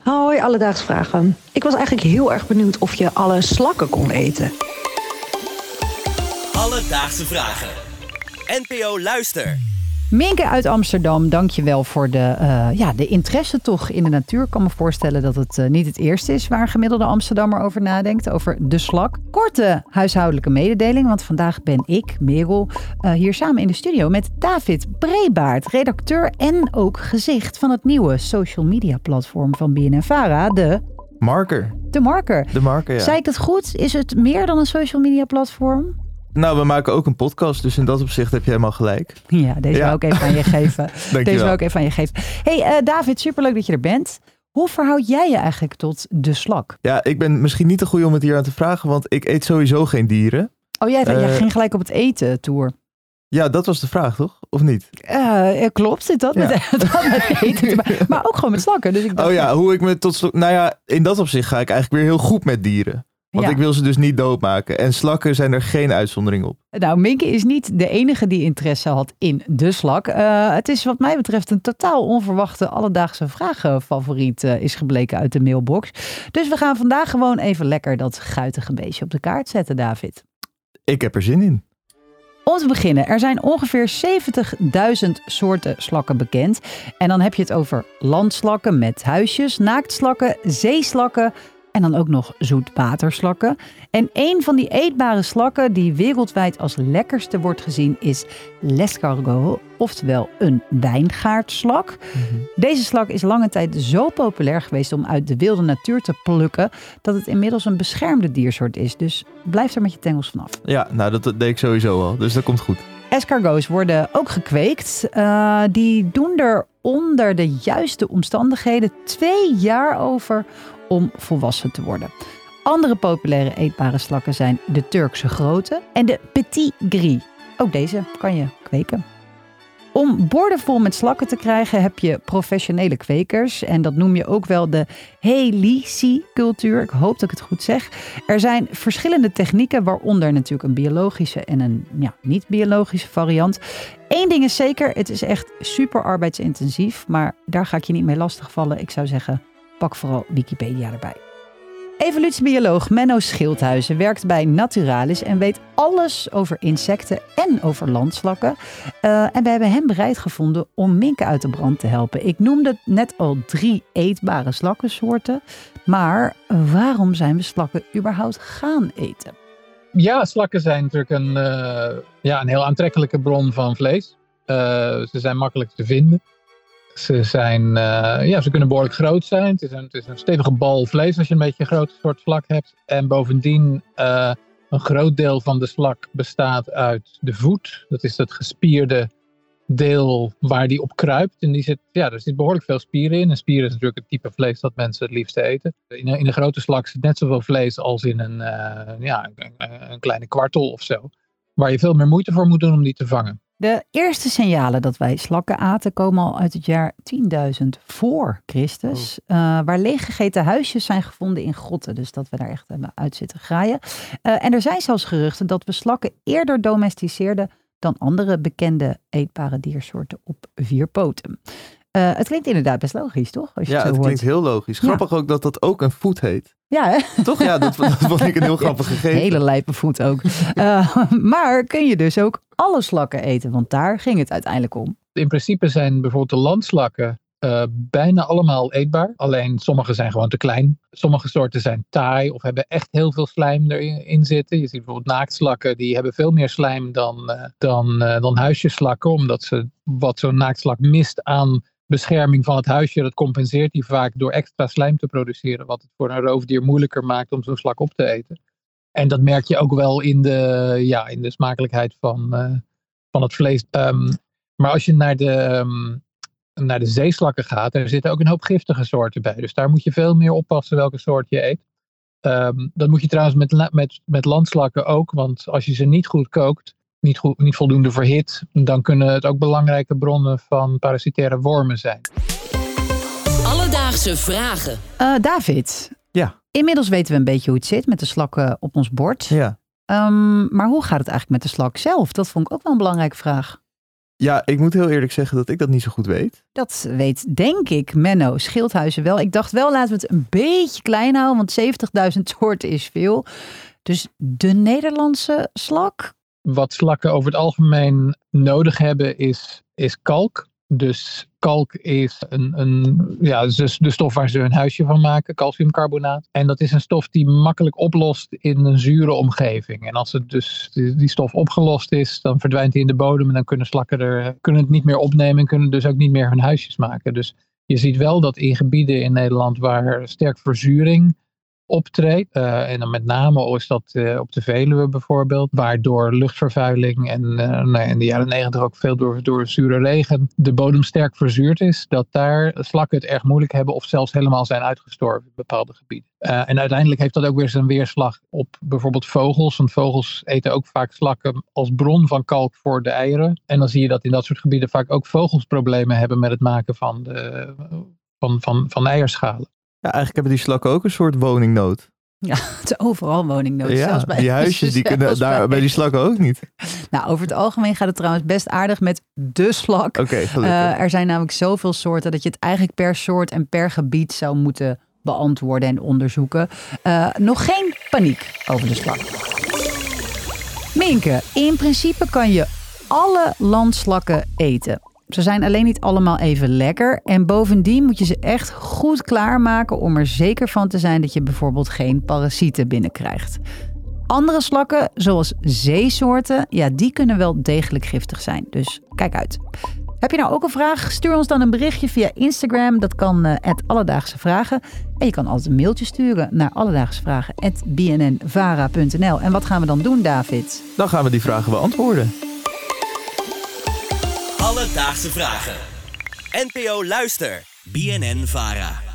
Hoi, Alledaags Vragen. Ik was eigenlijk heel erg benieuwd of je alle slakken kon eten. Alledaagse Vragen. NPO Luister. Minke uit Amsterdam, dank je wel voor de interesse toch in de natuur. Ik kan me voorstellen dat het niet het eerste is waar een gemiddelde Amsterdammer over nadenkt. Over de slak. Korte huishoudelijke mededeling, want vandaag ben ik, Merel, hier samen in de studio met David Brebaert, redacteur en ook gezicht van het nieuwe social media platform van BNNVARA, de Marker. De Marker. De Marker, ja. Zei ik dat goed? Is het meer dan een social media platform? Nou, we maken ook een podcast, dus in dat opzicht heb je helemaal gelijk. Ja, deze wil ik even aan je geven. Deze wil ik even aan je geven. Hey David, superleuk dat je er bent. Hoe verhoud jij je eigenlijk tot de slak? Ja, ik ben misschien niet de goede om het hier aan te vragen, want ik eet sowieso geen dieren. Oh, jij ging gelijk op het eten tour. Ja, dat was de vraag, toch? Of niet? Klopt, zit dat met eten te maken. Maar ook gewoon met slakken. Dus ik dacht, hoe ik me tot... Nou ja, in dat opzicht ga ik eigenlijk weer heel goed met dieren. Want ik wil ze dus niet doodmaken. En slakken zijn er geen uitzondering op. Nou, Minke is niet de enige die interesse had in de slak. Het is wat mij betreft een totaal onverwachte alledaagse vragenfavoriet is gebleken uit de mailbox. Dus we gaan vandaag gewoon even lekker dat guitige beestje op de kaart zetten, David. Ik heb er zin in. Om te beginnen, er zijn ongeveer 70.000 soorten slakken bekend. En dan heb je het over landslakken met huisjes, naaktslakken, zeeslakken en dan ook nog zoetwaterslakken. En een van die eetbare slakken die wereldwijd als lekkerste wordt gezien is l'escargot, oftewel een wijngaardslak. Mm-hmm. Deze slak is lange tijd zo populair geweest om uit de wilde natuur te plukken dat het inmiddels een beschermde diersoort is. Dus blijf er met je tengels vanaf. Ja, nou dat deed ik sowieso al, dus dat komt goed. Escargots worden ook gekweekt. Die doen er onder de juiste omstandigheden 2 jaar over om volwassen te worden. Andere populaire eetbare slakken zijn de Turkse grote en de petit gris. Ook deze kan je kweken. Om borden vol met slakken te krijgen heb je professionele kwekers. En dat noem je ook wel de helici-cultuur. Ik hoop dat ik het goed zeg. Er zijn verschillende technieken, waaronder natuurlijk een biologische en een niet-biologische variant. Eén ding is zeker, het is echt super arbeidsintensief. Maar daar ga ik je niet mee lastigvallen. Ik zou zeggen, pak vooral Wikipedia erbij. Evolutiebioloog Menno Schildhuizen werkt bij Naturalis en weet alles over insecten en over landslakken. En we hebben hem bereid gevonden om Minke uit de brand te helpen. Ik noemde net al 3 eetbare slakkensoorten. Maar waarom zijn we slakken überhaupt gaan eten? Ja, slakken zijn natuurlijk een heel aantrekkelijke bron van vlees. Ze zijn makkelijk te vinden. Ze kunnen behoorlijk groot zijn. Het is een stevige bal vlees als je een beetje een grote soort slak hebt. En bovendien, een groot deel van de slak bestaat uit de voet. Dat is het gespierde deel waar die op kruipt. En er zit behoorlijk veel spieren in. En spieren is natuurlijk het type vlees dat mensen het liefste eten. In een grote slak zit net zoveel vlees als in een kleine kwartel of zo. Waar je veel meer moeite voor moet doen om die te vangen. De eerste signalen dat wij slakken aten komen al uit het jaar 10.000 voor Christus. Waar leeggegeten huisjes zijn gevonden in grotten. Dus dat we daar echt hebben uit zitten graaien. En er zijn zelfs geruchten dat we slakken eerder domesticeerden dan andere bekende eetbare diersoorten op 4 poten. Het klinkt inderdaad best logisch, toch? Als je het zo hoort. Klinkt heel logisch. Grappig ook dat dat ook een voet heet. Ja, hè? Toch? Ja, dat vond ik een heel grappig gegeven. Hele lijpe voet ook. Maar kun je dus ook alle slakken eten? Want daar ging het uiteindelijk om. In principe zijn bijvoorbeeld de landslakken bijna allemaal eetbaar. Alleen sommige zijn gewoon te klein. Sommige soorten zijn taai of hebben echt heel veel slijm erin zitten. Je ziet bijvoorbeeld naaktslakken, die hebben veel meer slijm dan huisjesslakken. Omdat wat zo'n naaktslak mist aan bescherming van het huisje, dat compenseert die vaak door extra slijm te produceren. Wat het voor een roofdier moeilijker maakt om zo'n slak op te eten. En dat merk je ook wel in de smakelijkheid van het vlees. Maar als je naar de zeeslakken gaat, er zitten ook een hoop giftige soorten bij. Dus daar moet je veel meer oppassen welke soort je eet. Dat moet je trouwens met landslakken ook. Want als je ze niet goed kookt, niet voldoende verhit, dan kunnen het ook belangrijke bronnen van parasitaire wormen zijn. Alledaagse vragen. David. Ja. Inmiddels weten we een beetje hoe het zit met de slakken op ons bord. Ja. Maar hoe gaat het eigenlijk met de slak zelf? Dat vond ik ook wel een belangrijke vraag. Ja, ik moet heel eerlijk zeggen dat ik dat niet zo goed weet. Dat weet, denk ik, Menno Schildhuizen wel. Ik dacht wel, laten we het een beetje klein houden, want 70.000 soorten is veel. Dus de Nederlandse slak? Wat slakken over het algemeen nodig hebben is kalk. Dus kalk is de stof waar ze hun huisje van maken, calciumcarbonaat. En dat is een stof die makkelijk oplost in een zure omgeving. En als het dus die stof opgelost is, dan verdwijnt die in de bodem en dan kunnen slakken kunnen het niet meer opnemen en kunnen dus ook niet meer hun huisjes maken. Dus je ziet wel dat in gebieden in Nederland waar sterk verzuring optreedt. En dan met name is dat op de Veluwe bijvoorbeeld, waardoor luchtvervuiling en in de jaren 90 ook veel door zure regen de bodem sterk verzuurd is, dat daar slakken het erg moeilijk hebben of zelfs helemaal zijn uitgestorven in bepaalde gebieden. En uiteindelijk heeft dat ook weer zijn weerslag op bijvoorbeeld vogels, want vogels eten ook vaak slakken als bron van kalk voor de eieren. En dan zie je dat in dat soort gebieden vaak ook vogels problemen hebben met het maken van eierschalen. Ja, eigenlijk hebben die slakken ook een soort woningnood. Ja, het is overal woningnood. Ja, die huisjes die kunnen daar bij die slakken ook niet. Nou, over het algemeen gaat het trouwens best aardig met de slak. Oké, gelukkig. Er zijn namelijk zoveel soorten dat je het eigenlijk per soort en per gebied zou moeten beantwoorden en onderzoeken. Nog geen paniek over de slak. Minke, in principe kan je alle landslakken eten. Ze zijn alleen niet allemaal even lekker. En bovendien moet je ze echt goed klaarmaken om er zeker van te zijn dat je bijvoorbeeld geen parasieten binnenkrijgt. Andere slakken, zoals zeesoorten, ja, die kunnen wel degelijk giftig zijn. Dus kijk uit. Heb je nou ook een vraag? Stuur ons dan een berichtje via Instagram. Dat kan @alledaagsevragen. En je kan altijd een mailtje sturen naar alledaagsevragen@bnnvara.nl. En wat gaan we dan doen, David? Dan gaan we die vragen beantwoorden. Alledaagse vragen. NPO Luister. BNN Vara.